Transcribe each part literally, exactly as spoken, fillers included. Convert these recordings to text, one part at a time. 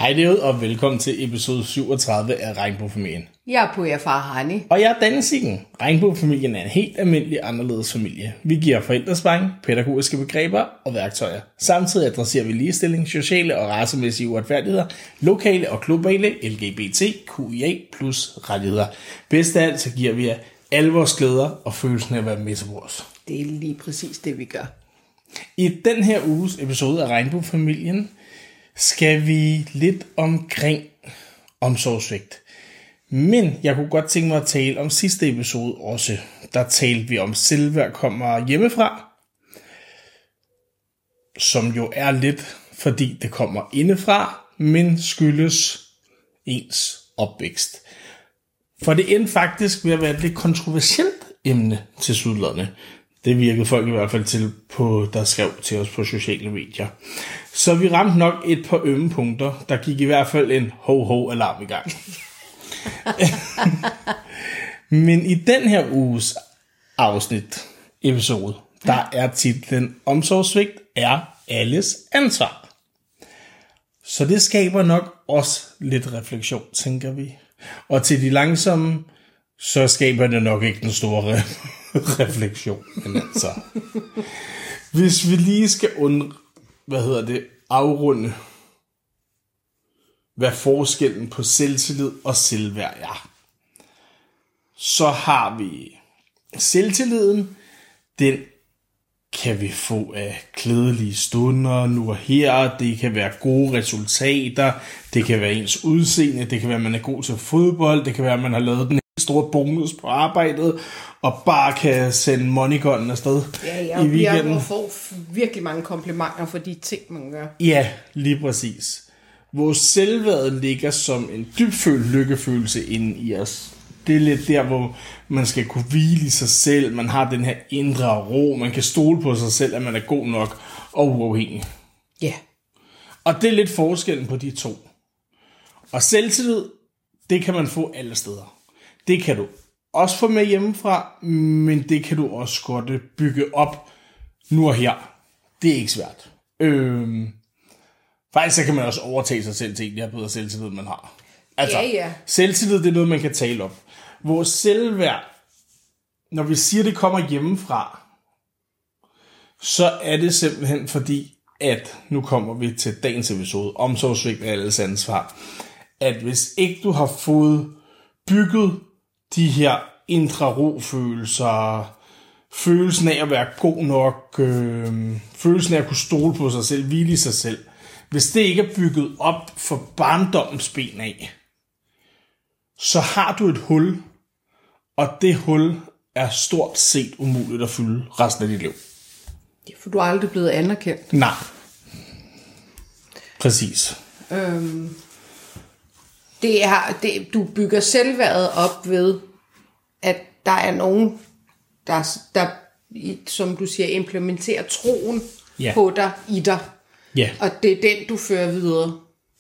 Hej derude, og velkommen til episode syvogtredive af Regnbuefamilien. Jeg er Puja far Hani. Og jeg er Danne. Regnbuefamilien er en helt almindelig anderledes familie. Vi giver forældresparing, pædagogiske begreber og værktøjer. Samtidig adresserer vi ligestilling, sociale og racemæssige uretfærdigheder, lokale og globale L G B T Q I A plus rettigheder. Bedst af alt, så giver vi jer alle vores glæder og følelsen af at være med til vores. Det er lige præcis det, vi gør. I den her uges episode af Regnbuefamilien skal vi lidt omkring omsorgssvigt. Men jeg kunne godt tænke mig at tale om sidste episode også. Der talte vi om selvværd kommer hjemmefra, som jo er lidt, fordi det kommer indefra, men skyldes ens opvækst. For det endte faktisk ved at være et lidt kontroversielt emne til sydlandene. Det virkede folk i hvert fald til, på, der skrev til os på sociale medier. Så vi ramte nok et par ømme punkter. Der gik i hvert fald en ho-ho-alarm i gang. Men i den her uges afsnit, episode, der er titlen Omsorgssvigt er alles ansvar. Så det skaber nok også lidt refleksion, tænker vi. Og til de langsomme, så skaber det nok ikke den store re- refleksion. Men altså, hvis vi lige skal und, hvad hedder det, afrunde, hvad forskellen på selvtillid og selvværd er, så har vi selvtilliden. Den kan vi få af glædelige stunder nu og her. Det kan være gode resultater. Det kan være ens udseende. Det kan være, at man er god til fodbold. Det kan være, at man har lavet den store bonus på arbejdet og bare kan sende moneygunnen afsted ja, i ja, weekenden. Jeg får virkelig mange komplimenter for de ting, man gør. Ja, lige præcis. Vores selvværd ligger som en dybfølt lykkefølelse inde i os. Det er lidt der, hvor man skal kunne hvile i sig selv. Man har den her indre ro. Man kan stole på sig selv, at man er god nok og uafhængig. Ja. Yeah. Og det er lidt forskellen på de to. Og selvtillid, det kan man få alle steder. Det kan du også få med hjemmefra, men det kan du også godt bygge op nu og her. Det er ikke svært. Øhm, faktisk så kan man også overtage sig selv til egentlig at bedre selvtillid, man har. Altså, ja, ja. Selvtillid, det er noget, man kan tale om. Vores selvværd, når vi siger, det kommer hjemmefra, så er det simpelthen fordi, at nu kommer vi til dagens episode, omsorgssvigt er alles ansvar, at hvis ikke du har fået bygget de her indre ro-følelser, følelsen af at være god nok, øh, følelsen af at kunne stole på sig selv, hvile i sig selv, hvis det ikke er bygget op for barndommens ben af, så har du et hul, og det hul er stort set umuligt at fylde resten af dit liv. Ja, for du er aldrig blevet anerkendt. Nej. Præcis. Øhm, det er, det, du bygger selvværdet op ved, at der er nogen, der, der som du siger, implementerer troen ja. på dig, i dig. Ja. Og det er den, du fører videre.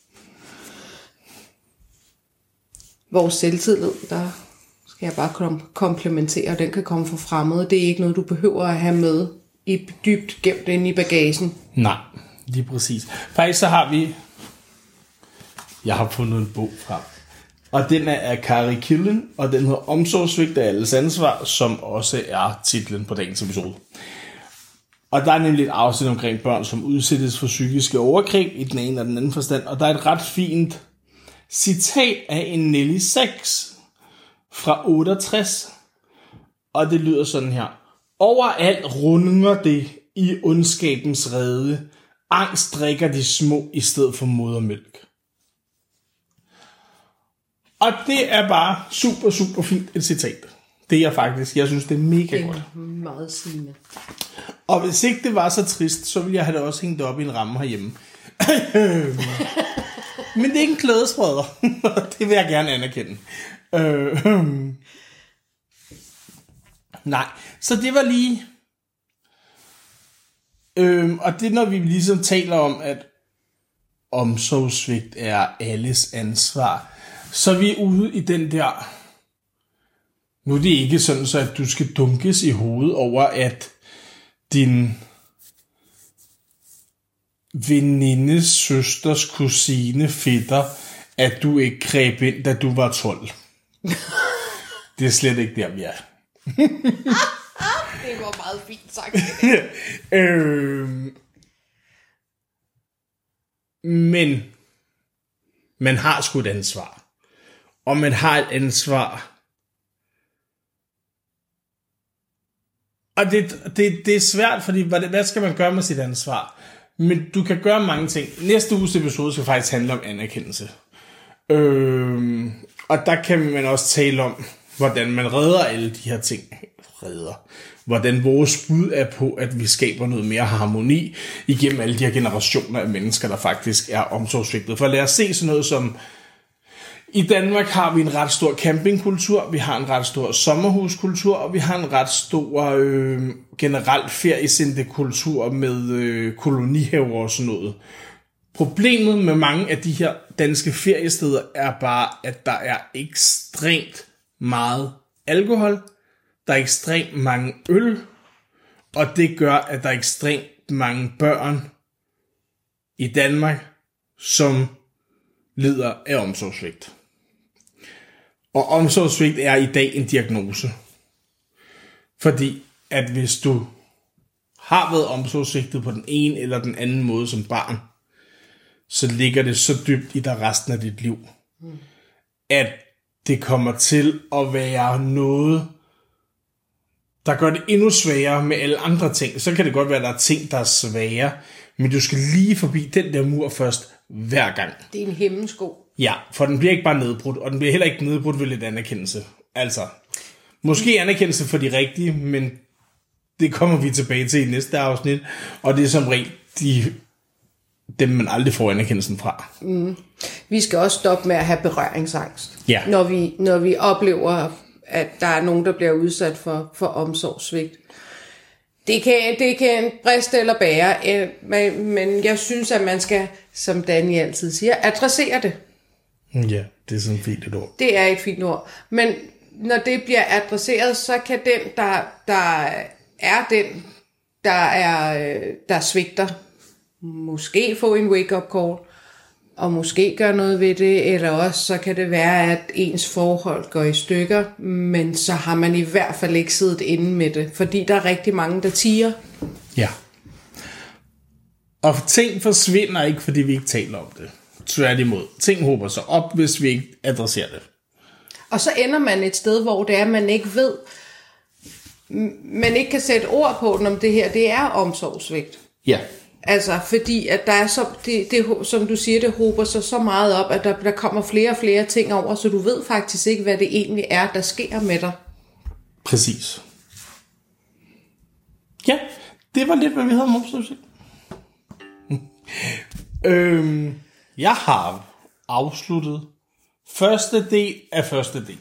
Vores selvtillid, der skal jeg bare kom- komplementere, og den kan komme fra fremmede. Det er ikke noget, du behøver at have med i dybt gemt inde i bagagen. Nej, lige præcis. Faktisk så har vi, jeg har fundet en bog frem, og den er af Kari Killen, og den hedder Omsorgssvigt er alles ansvar, som også er titlen på dagens episode. Og der er nemlig et afsnit omkring børn, som udsættes for psykiske overgreb i den ene og den anden forstand, og der er et ret fint citat af en Nelly Sachs fra otteogtres, og det lyder sådan her. Overalt runder det i ondskabens rede. Angst drikker de små i stedet for modermælk. Og det er bare super, super fint et citat. Det er jeg faktisk. Jeg synes, det er mega godt. Det er meget sigende. Og hvis ikke det var så trist, så ville jeg have det også hængt op i en ramme herhjemme. Men det er ikke en klædespreder. Det vil jeg gerne anerkende. Nej, så det var lige... Øhm, og det når vi ligesom taler om, at omsorgssvigt er alles ansvar, så er vi ude i den der... Nu er det ikke sådan, så at du skal dunkes i hovedet over, at din venindes, søsters, kusine, fætter, at du ikke greb ind, da du var tolv. Det er slet ikke der, vi er. Det var meget fint sagt. øh, men man har sgu et ansvar. Og man har et ansvar. Og det, det, det er svært, fordi hvad, hvad skal man gøre med sit ansvar? Men du kan gøre mange ting. Næste uges episode skal faktisk handle om anerkendelse. Øh, og der kan man også tale om, hvordan man redder alle de her ting. Redder. Hvordan vores bud er på, at vi skaber noget mere harmoni igennem alle de her generationer af mennesker, der faktisk er omsorgsvigtet. For lad os se sådan noget som, i Danmark har vi en ret stor campingkultur, vi har en ret stor sommerhuskultur, og vi har en ret stor øh, generelt feriecenterkultur med øh, kolonihaver og sådan noget. Problemet med mange af de her danske feriesteder er bare, at der er ekstremt meget alkohol, der er ekstremt mange øl, og det gør, at der er ekstremt mange børn i Danmark, som lider af omsorgssvigt. Og omsorgssvigt er i dag en diagnose. Fordi at hvis du har været omsorgssvigtet på den ene eller den anden måde som barn, så ligger det så dybt i dig resten af dit liv, mm. at det kommer til at være noget, der gør det endnu sværere med alle andre ting. Så kan det godt være, at der er ting, der er svære, men du skal lige forbi den der mur først hver gang. Det er en hemmesko. Ja, for den bliver ikke bare nedbrudt, og den bliver heller ikke nedbrudt ved lidt anerkendelse. Altså, måske anerkendelse for de rigtige, men det kommer vi tilbage til i næste afsnit, og det er som regel de, dem, man aldrig får anerkendelsen fra. Mm. Vi skal også stoppe med at have berøringsangst, ja. når, vi, når vi oplever, at der er nogen, der bliver udsat for, for omsorgssvigt. Det kan, det kan briste eller bære, men jeg synes, at man skal, som Danny altid siger, adressere det. Ja, det er sådan et fint ord. Det er et fint ord. Men når det bliver adresseret, så kan den, der, der er den, der, er, der svigter, måske få en wake-up call, og måske gøre noget ved det, eller også så kan det være, at ens forhold går i stykker, men så har man i hvert fald ikke siddet inde med det, fordi der er rigtig mange, der tiger. Ja. Og ting forsvinder ikke, fordi vi ikke taler om det. Tværtimod. Ting håber sig op, hvis vi ikke adresserer det. Og så ender man et sted, hvor det er, man ikke ved, man ikke kan sætte ord på, om det her, det er omsorgssvigt. Ja. Altså, fordi at der er så, det, det, som du siger, det hober sig så meget op, at der, der kommer flere og flere ting over, så du ved faktisk ikke, hvad det egentlig er, der sker med dig. Præcis. Ja, det var lidt, hvad vi havde om omsorgssvigt. øhm, jeg har afsluttet første del af første del.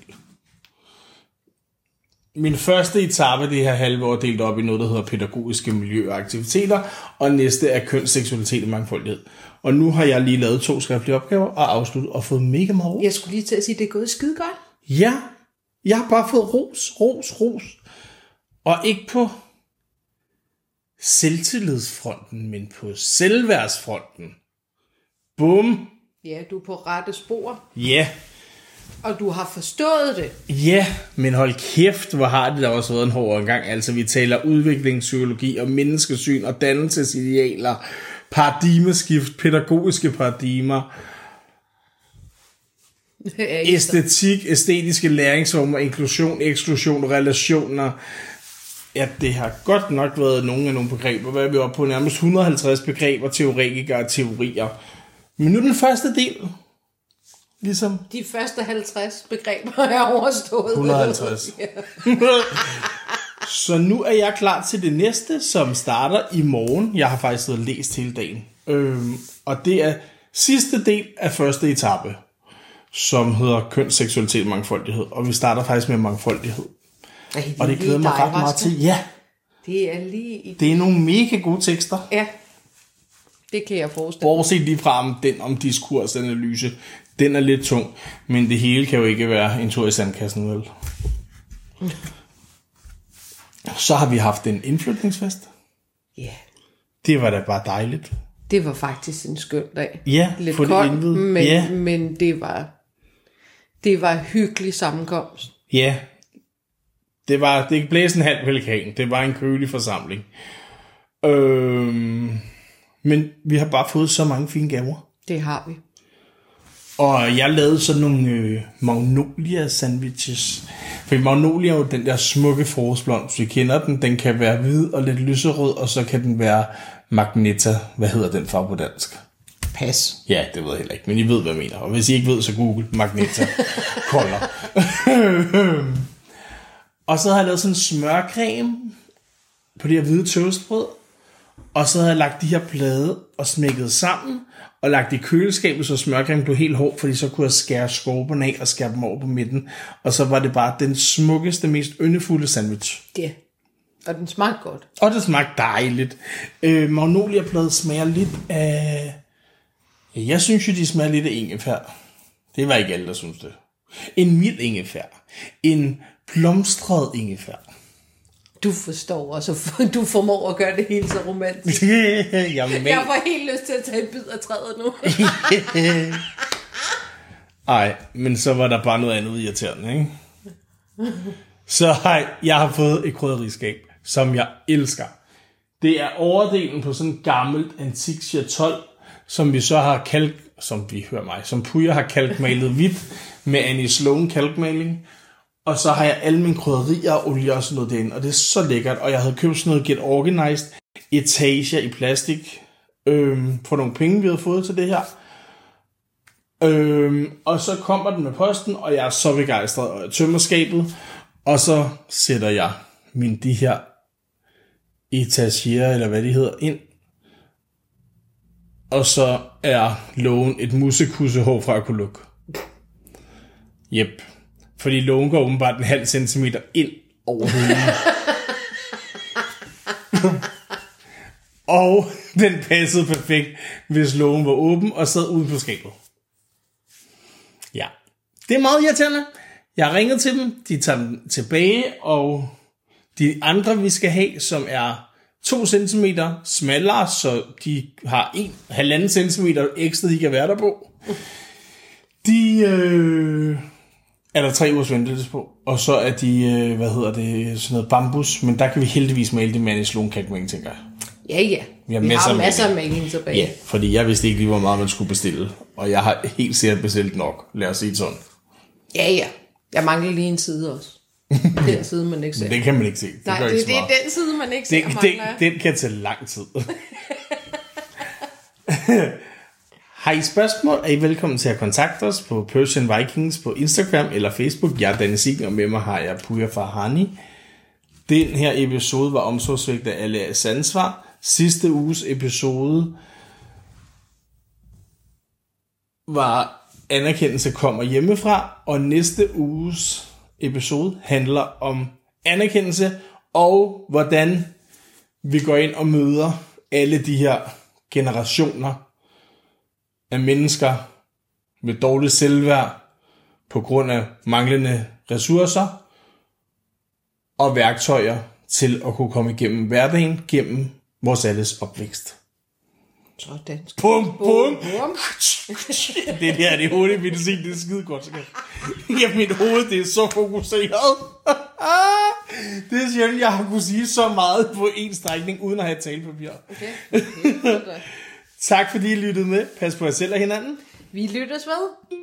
Min første etape, det her halve år, delt op i noget, der hedder pædagogiske miljø og aktiviteter, og næste er køn, seksualitet og mangfoldighed. Og nu har jeg lige lavet to skriftlige opgaver og afsluttet og fået mega meget ros. Jeg skulle lige til at sige, at det er gået skide godt. Ja, jeg har bare fået ros, ros, ros. Og ikke på selvtillidsfronten, men på selvværdsfronten. Bum. Ja, du er på rette spor. Ja. Og du har forstået det. Ja, men hold kæft, hvor har det da også været en hård gang. Altså, vi taler udviklingspsykologi og menneskesyn og dannelsesidealer, paradigmeskift, pædagogiske paradigmer, æstetik, æstetiske læringsformer, inklusion, eksklusion, relationer. Ja, det har godt nok været nogle af nogle begreber. Hvad er vi oppe på? Nærmest et hundrede og halvtreds begreber, teoretikere og teorier. Men nu den første del... Ligesom. De første halvtreds begreber er overstået. et hundrede og halvtreds. Ja. Så nu er jeg klar til det næste, som starter i morgen. Jeg har faktisk siddet og læst hele dagen. Øhm, og det er sidste del af første etape, som hedder køn, seksualitet og mangfoldighed. Og vi starter faktisk med mangfoldighed. Ej, det og det glæder mig ret meget til. Ja. Det er lige i... Det er nogle mega gode tekster. Ja. Det kan jeg forestille. Bortset lige fra den om diskursanalyse. Den er lidt tung, men det hele kan jo ikke være en tur i sandkassen, vel? Så har vi haft en indflytningsfest. Ja. Yeah. Det var da bare dejligt. Det var faktisk en skøn dag. Ja, lidt få det kold, indviet. men, Ja. men det var det var hyggelig sammenkomst. Ja, det var det blæste en halv pelikan. Det var en kølig forsamling. Øhm, men vi har bare fået så mange fine gaver. Det har vi. Og jeg lavede sådan nogle øh, magnolia sandwiches. For magnolia er jo den der smukke forårsblomst. Vi kender den. Den kan være hvid og lidt lyserød, og så kan den være magneta. Hvad hedder den farve på dansk? Pas. Ja, det ved jeg heller ikke, men I ved, hvad jeg mener. Og hvis I ikke ved, så google magneta kolder. Og så har jeg lavet sådan en smørcreme på det her hvide toastbrød. Og så havde jeg lagt de her blade og smækket sammen, og lagt det i køleskabet, så smørcremen blev helt hård, fordi så kunne jeg skære skorperne af og skære dem over på midten. Og så var det bare den smukkeste, mest yndefulde sandwich. Ja, og den smagte godt. Og det smagte dejligt. Øh, Magnolia-blade smager lidt af... Jeg synes jo, de smager lidt af ingefær. Det var ikke alle, der synes det. En mild ingefær. En blomstret ingefær. Du forstår også, du formår at gøre det helt så romantisk. jeg, jeg får helt lyst til at tage en bid af træet nu. Ej, men så var der bare noget andet irriterende, ikke? Så hej, jeg har fået et krydderiskab, som jeg elsker. Det er overdelen på sådan et gammelt antik tolv, som vi så har kalk, som vi hører mig, som Puja har kalkmalet hvidt med Annie Sloan kalkmaling. Og så har jeg alle mine krydderier og olie og sådan noget derinde, og det er så lækkert. Og jeg havde købt sådan noget Get Organized etager i plastik øhm, for nogle penge, vi havde fået til det her. Øhm, og så kommer den med posten, og jeg er så begejstret, og jeg tømmer skabet, og så sætter jeg mine de her etager, eller hvad de hedder, ind. Og så er lågen et musekussehår fra at kunne lukke. Jep. Fordi lågen går åbenbart en halv centimeter ind over huden. Og den passede perfekt, hvis lågen var åben og sad ude på skabet. Ja, det er meget irriterende. Jeg har ringet til dem, de tager dem tilbage, og de andre vi skal have, som er to centimeter smallere, så de har en halvanden centimeter ekstra, de kan være der på. De... Øh er der tre ugers ventetid på, og så er de, hvad hedder det, sådan noget bambus, men der kan vi heldigvis male det med en slåen kalkmaling, tænker jeg. Ja, ja. Vi har, vi masser, har masser af maling maling tilbage. Ja, fordi jeg vidste ikke lige, hvor meget man skulle bestille, og jeg har helt sikkert bestilt nok, lad os sige det sådan. Ja, ja. Jeg mangler lige en side også. Den side, man ikke ser. Men den kan man ikke se. Det Nej, det, det, det er den side, man ikke ser. Den, den, den kan tage lang tid. Har I spørgsmål, er I velkommen til at kontakte os på Persian Vikings på Instagram eller Facebook. Jeg er Danne Siggen, og med mig har jeg Puja Farhani. Den her episode var omsorgsvægt af alle jeres ansvar. Sidste uges episode var anerkendelse kommer hjemmefra, og næste uges episode handler om anerkendelse og hvordan vi går ind og møder alle de her generationer af mennesker med dårligt selvværd på grund af manglende ressourcer og værktøjer til at kunne komme igennem hverdagen gennem vores alles opvækst. Sådan. Bum, bum. Det der, det er hurtigt medicin, det er skide godt. Ja, mit hoved, det er så fokuseret. Det er sjældent, jeg har kunne sige så meget på en strækning, uden at have et talepapir. Okay. Okay. Tak fordi I lyttede med. Pas på jer selv og hinanden. Vi lyttes ved.